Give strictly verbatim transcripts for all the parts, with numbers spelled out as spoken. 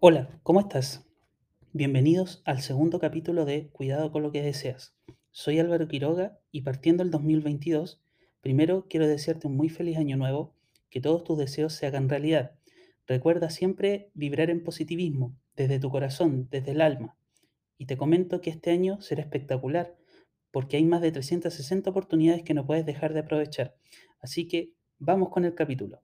Hola, ¿cómo estás? Bienvenidos al segundo capítulo de Cuidado con lo que deseas. Soy Álvaro Quiroga y partiendo el dos mil veintidós, primero quiero desearte un muy feliz año nuevo, que todos tus deseos se hagan realidad. Recuerda siempre vibrar en positivismo, desde tu corazón, desde el alma. Y te comento que este año será espectacular, porque hay más de trescientas sesenta oportunidades que no puedes dejar de aprovechar. Así que vamos con el capítulo.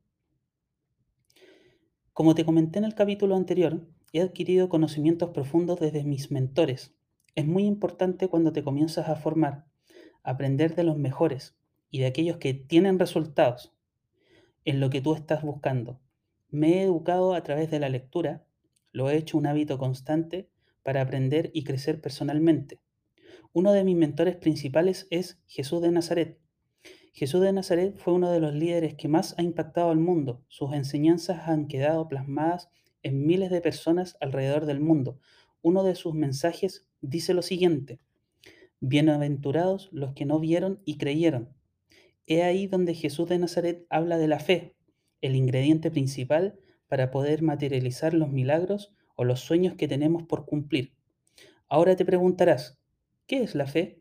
Como te comenté en el capítulo anterior, he adquirido conocimientos profundos desde mis mentores. Es muy importante cuando te comienzas a formar, aprender de los mejores y de aquellos que tienen resultados en lo que tú estás buscando. Me he educado a través de la lectura, lo he hecho un hábito constante para aprender y crecer personalmente. Uno de mis mentores principales es Jesús de Nazaret. Jesús de Nazaret fue uno de los líderes que más ha impactado al mundo. Sus enseñanzas han quedado plasmadas en miles de personas alrededor del mundo. Uno de sus mensajes dice lo siguiente: bienaventurados los que no vieron y creyeron. He ahí donde Jesús de Nazaret habla de la fe, el ingrediente principal para poder materializar los milagros o los sueños que tenemos por cumplir. Ahora te preguntarás, ¿qué es la fe?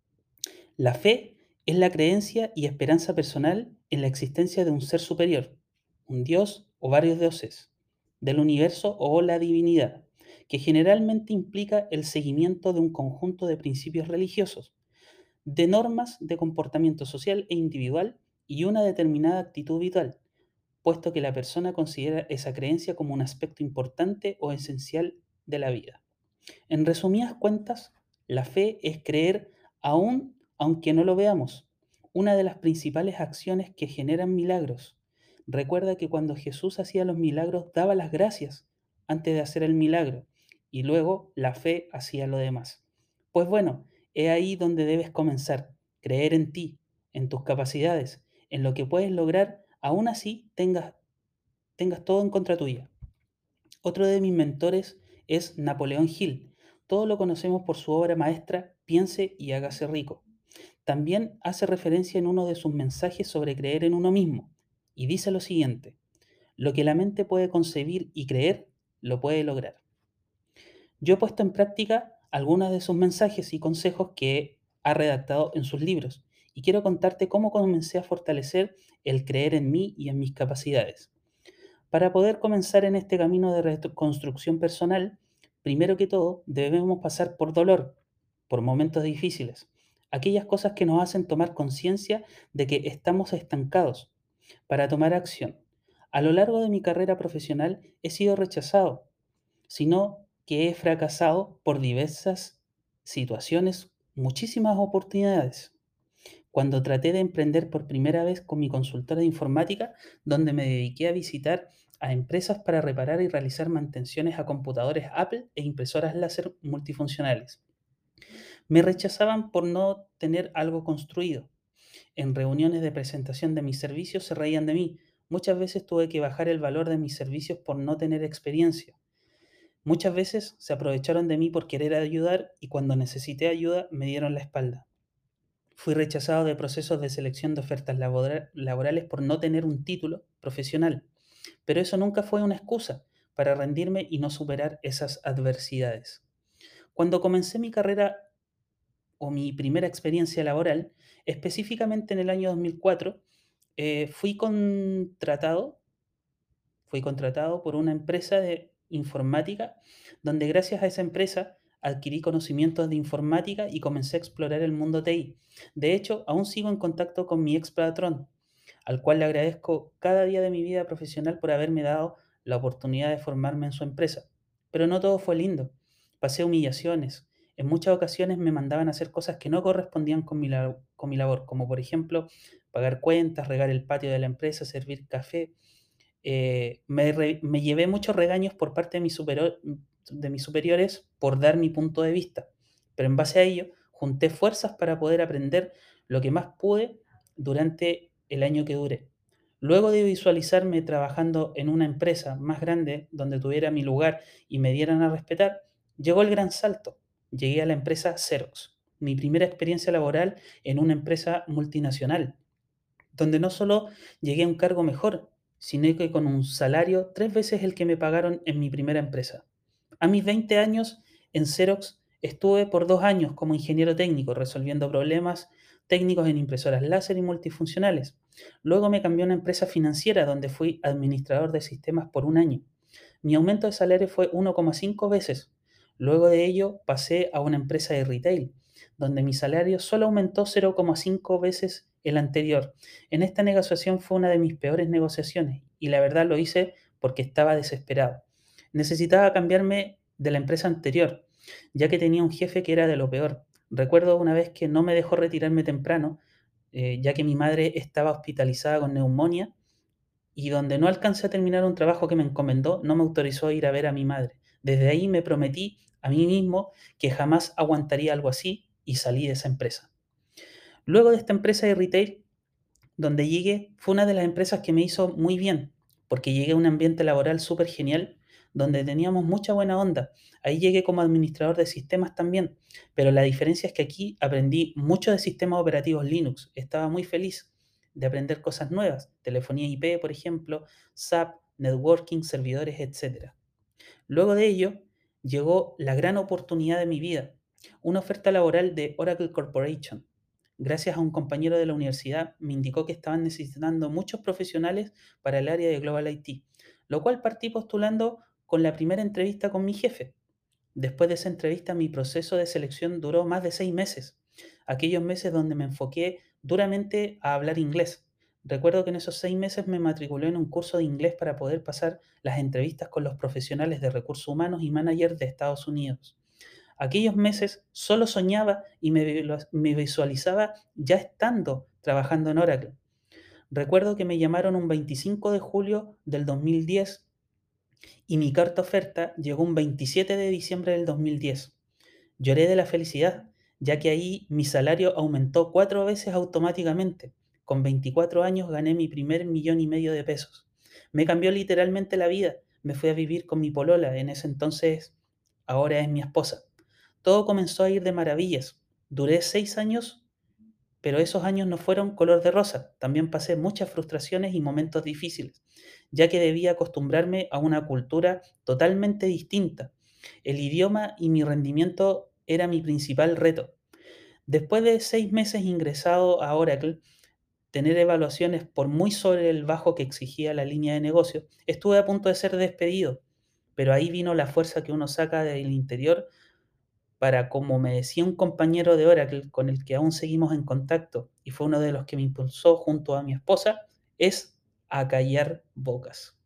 La fe es la creencia y esperanza personal en la existencia de un ser superior, un dios o varios dioses, del universo o la divinidad, que generalmente implica el seguimiento de un conjunto de principios religiosos, de normas de comportamiento social e individual y una determinada actitud vital, puesto que la persona considera esa creencia como un aspecto importante o esencial de la vida. En resumidas cuentas, la fe es creer aún aunque no lo veamos, una de las principales acciones que generan milagros. Recuerda que cuando Jesús hacía los milagros daba las gracias antes de hacer el milagro y luego la fe hacía lo demás. Pues bueno, he ahí donde debes comenzar, creer en ti, en tus capacidades, en lo que puedes lograr, aún así tengas, tengas todo en contra tuya. Otro de mis mentores es Napoleón Hill. Todos lo conocemos por su obra maestra Piense y hágase rico. También hace referencia en uno de sus mensajes sobre creer en uno mismo y dice lo siguiente: lo que la mente puede concebir y creer, lo puede lograr. Yo he puesto en práctica algunos de sus mensajes y consejos que ha redactado en sus libros y quiero contarte cómo comencé a fortalecer el creer en mí y en mis capacidades. Para poder comenzar en este camino de reconstrucción personal, primero que todo debemos pasar por dolor, por momentos difíciles, aquellas cosas que nos hacen tomar conciencia de que estamos estancados para tomar acción. A lo largo de mi carrera profesional he sido rechazado, sino que he fracasado por diversas situaciones, muchísimas oportunidades. Cuando traté de emprender por primera vez con mi consultora de informática, donde me dediqué a visitar a empresas para reparar y realizar mantenciones a computadores Apple e impresoras láser multifuncionales. Me rechazaban por no tener algo construido. En reuniones de presentación de mis servicios se reían de mí. Muchas veces tuve que bajar el valor de mis servicios por no tener experiencia. Muchas veces se aprovecharon de mí por querer ayudar y cuando necesité ayuda me dieron la espalda. Fui rechazado de procesos de selección de ofertas labora- laborales por no tener un título profesional, pero eso nunca fue una excusa para rendirme y no superar esas adversidades. Cuando comencé mi carrera o mi primera experiencia laboral, específicamente en el año dos mil cuatro, eh, fui contratado, fui contratado por una empresa de informática, donde gracias a esa empresa adquirí conocimientos de informática y comencé a explorar el mundo T I. De hecho, aún sigo en contacto con mi ex patrón, al cual le agradezco cada día de mi vida profesional por haberme dado la oportunidad de formarme en su empresa. Pero no todo fue lindo. Pasé humillaciones. En muchas ocasiones me mandaban a hacer cosas que no correspondían con mi, la- con mi labor, como por ejemplo pagar cuentas, regar el patio de la empresa, servir café. Eh, me, re- me llevé muchos regaños por parte de, mis superior- de mis superiores por dar mi punto de vista, pero en base a ello junté fuerzas para poder aprender lo que más pude durante el año que duré. Luego de visualizarme trabajando en una empresa más grande donde tuviera mi lugar y me dieran a respetar, llegó el gran salto. Llegué a la empresa Xerox, mi primera experiencia laboral en una empresa multinacional, donde no solo llegué a un cargo mejor, sino que con un salario tres veces el que me pagaron en mi primera empresa. A mis veinte años, en Xerox estuve por dos años como ingeniero técnico resolviendo problemas técnicos en impresoras láser y multifuncionales. Luego me cambié a una empresa financiera donde fui administrador de sistemas por un año. Mi aumento de salario fue uno coma cinco veces. Luego de ello pasé a una empresa de retail, donde mi salario solo aumentó cero coma cinco veces el anterior. En esta negociación fue una de mis peores negociaciones y la verdad lo hice porque estaba desesperado. Necesitaba cambiarme de la empresa anterior, ya que tenía un jefe que era de lo peor. Recuerdo una vez que no me dejó retirarme temprano, eh, ya que mi madre estaba hospitalizada con neumonía y donde no alcancé a terminar un trabajo que me encomendó, no me autorizó a ir a ver a mi madre. Desde ahí me prometí a mí mismo que jamás aguantaría algo así y salí de esa empresa. Luego de esta empresa de retail, donde llegué, fue una de las empresas que me hizo muy bien, porque llegué a un ambiente laboral súper genial, donde teníamos mucha buena onda. Ahí llegué como administrador de sistemas también, pero la diferencia es que aquí aprendí mucho de sistemas operativos Linux. Estaba muy feliz de aprender cosas nuevas, telefonía I P, por ejemplo, S A P, networking, servidores, etcétera. Luego de ello, llegó la gran oportunidad de mi vida, una oferta laboral de Oracle Corporation. Gracias a un compañero de la universidad, me indicó que estaban necesitando muchos profesionales para el área de Global I T, lo cual partí postulando con la primera entrevista con mi jefe. Después de esa entrevista, mi proceso de selección duró más de seis meses, aquellos meses donde me enfoqué duramente a hablar inglés. Recuerdo que en esos seis meses me matriculé en un curso de inglés para poder pasar las entrevistas con los profesionales de recursos humanos y managers de Estados Unidos. Aquellos meses solo soñaba y me, me visualizaba ya estando trabajando en Oracle. Recuerdo que me llamaron un veinticinco de julio del dos mil diez y mi carta oferta llegó un veintisiete de diciembre del dos mil diez. Lloré de la felicidad, ya que ahí mi salario aumentó cuatro veces automáticamente. Con veinticuatro años gané mi primer millón y medio de pesos. Me cambió literalmente la vida. Me fui a vivir con mi polola, en ese entonces ahora es mi esposa. Todo comenzó a ir de maravillas. Duré seis años, pero esos años no fueron color de rosa. También pasé muchas frustraciones y momentos difíciles, ya que debía acostumbrarme a una cultura totalmente distinta. El idioma y mi rendimiento era mi principal reto. Después de seis meses ingresado a Oracle, tener evaluaciones por muy sobre el bajo que exigía la línea de negocio, estuve a punto de ser despedido, pero ahí vino la fuerza que uno saca del interior para, como me decía un compañero de Oracle con el que aún seguimos en contacto y fue uno de los que me impulsó junto a mi esposa, es a callar bocas.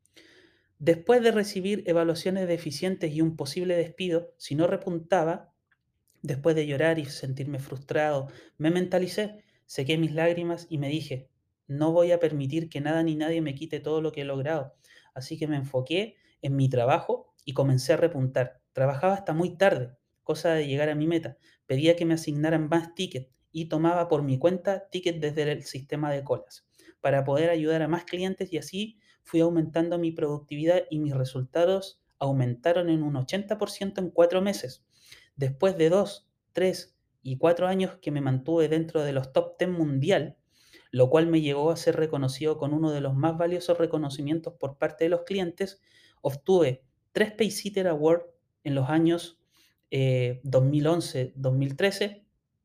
Después de recibir evaluaciones deficientes y un posible despido, si no repuntaba, después de llorar y sentirme frustrado, me mentalicé, sequé mis lágrimas y me dije, no voy a permitir que nada ni nadie me quite todo lo que he logrado. Así que me enfoqué en mi trabajo y comencé a repuntar. Trabajaba hasta muy tarde, cosa de llegar a mi meta. Pedía que me asignaran más tickets y tomaba por mi cuenta tickets desde el sistema de colas para poder ayudar a más clientes y así fui aumentando mi productividad y mis resultados aumentaron en un ochenta por ciento en cuatro meses. Después de dos, tres y cuatro años que me mantuve dentro de los top diez mundial, lo cual me llevó a ser reconocido con uno de los más valiosos reconocimientos por parte de los clientes, obtuve tres Paysitter Awards en los años eh, dos mil once dos mil trece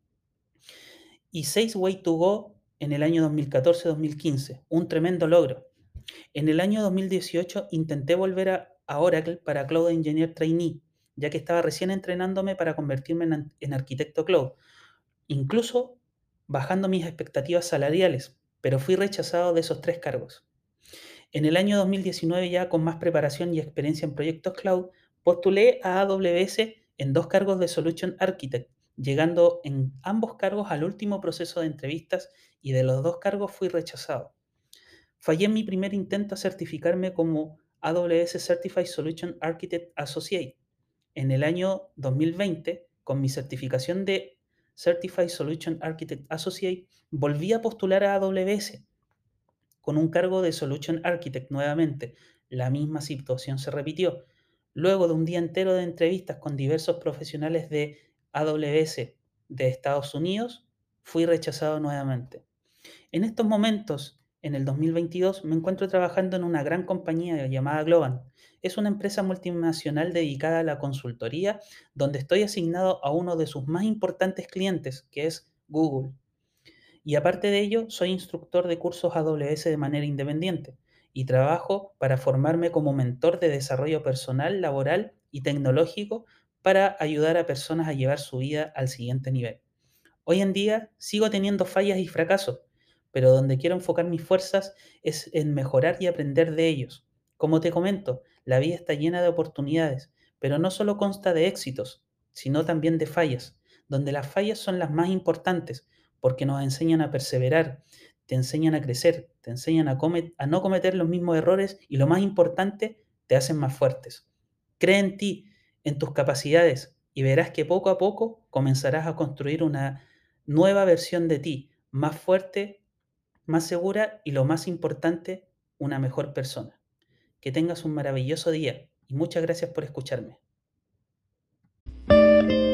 y seis Way to Go en el año dos mil catorce dos mil quince, un tremendo logro. En el año dos mil dieciocho intenté volver a, a Oracle para Cloud Engineer Trainee, ya que estaba recién entrenándome para convertirme en, en arquitecto cloud, incluso bajando mis expectativas salariales, pero fui rechazado de esos tres cargos. En el año dos mil diecinueve, ya con más preparación y experiencia en proyectos cloud, postulé a A W S en dos cargos de Solution Architect, llegando en ambos cargos al último proceso de entrevistas y de los dos cargos fui rechazado. Fallé en mi primer intento a certificarme como A W S Certified Solution Architect Associate. En el año dos mil veinte, con mi certificación de Certified Solution Architect Associate, volví a postular a A W S con un cargo de Solution Architect nuevamente. La misma situación se repitió. Luego de un día entero de entrevistas con diversos profesionales de A W S de Estados Unidos, fui rechazado nuevamente. En estos momentos En el dos mil veintidós me encuentro trabajando en una gran compañía llamada Globant. Es una empresa multinacional dedicada a la consultoría, donde estoy asignado a uno de sus más importantes clientes, que es Google. Y aparte de ello, soy instructor de cursos A W S de manera independiente y trabajo para formarme como mentor de desarrollo personal, laboral y tecnológico para ayudar a personas a llevar su vida al siguiente nivel. Hoy en día sigo teniendo fallas y fracasos, pero donde quiero enfocar mis fuerzas es en mejorar y aprender de ellos. Como te comento, la vida está llena de oportunidades, pero no solo consta de éxitos, sino también de fallas, donde las fallas son las más importantes porque nos enseñan a perseverar, te enseñan a crecer, te enseñan a, comet- a no cometer los mismos errores y lo más importante, te hacen más fuertes. Cree en ti, en tus capacidades y verás que poco a poco comenzarás a construir una nueva versión de ti, más fuerte, más segura y lo más importante, una mejor persona. Que tengas un maravilloso día y muchas gracias por escucharme.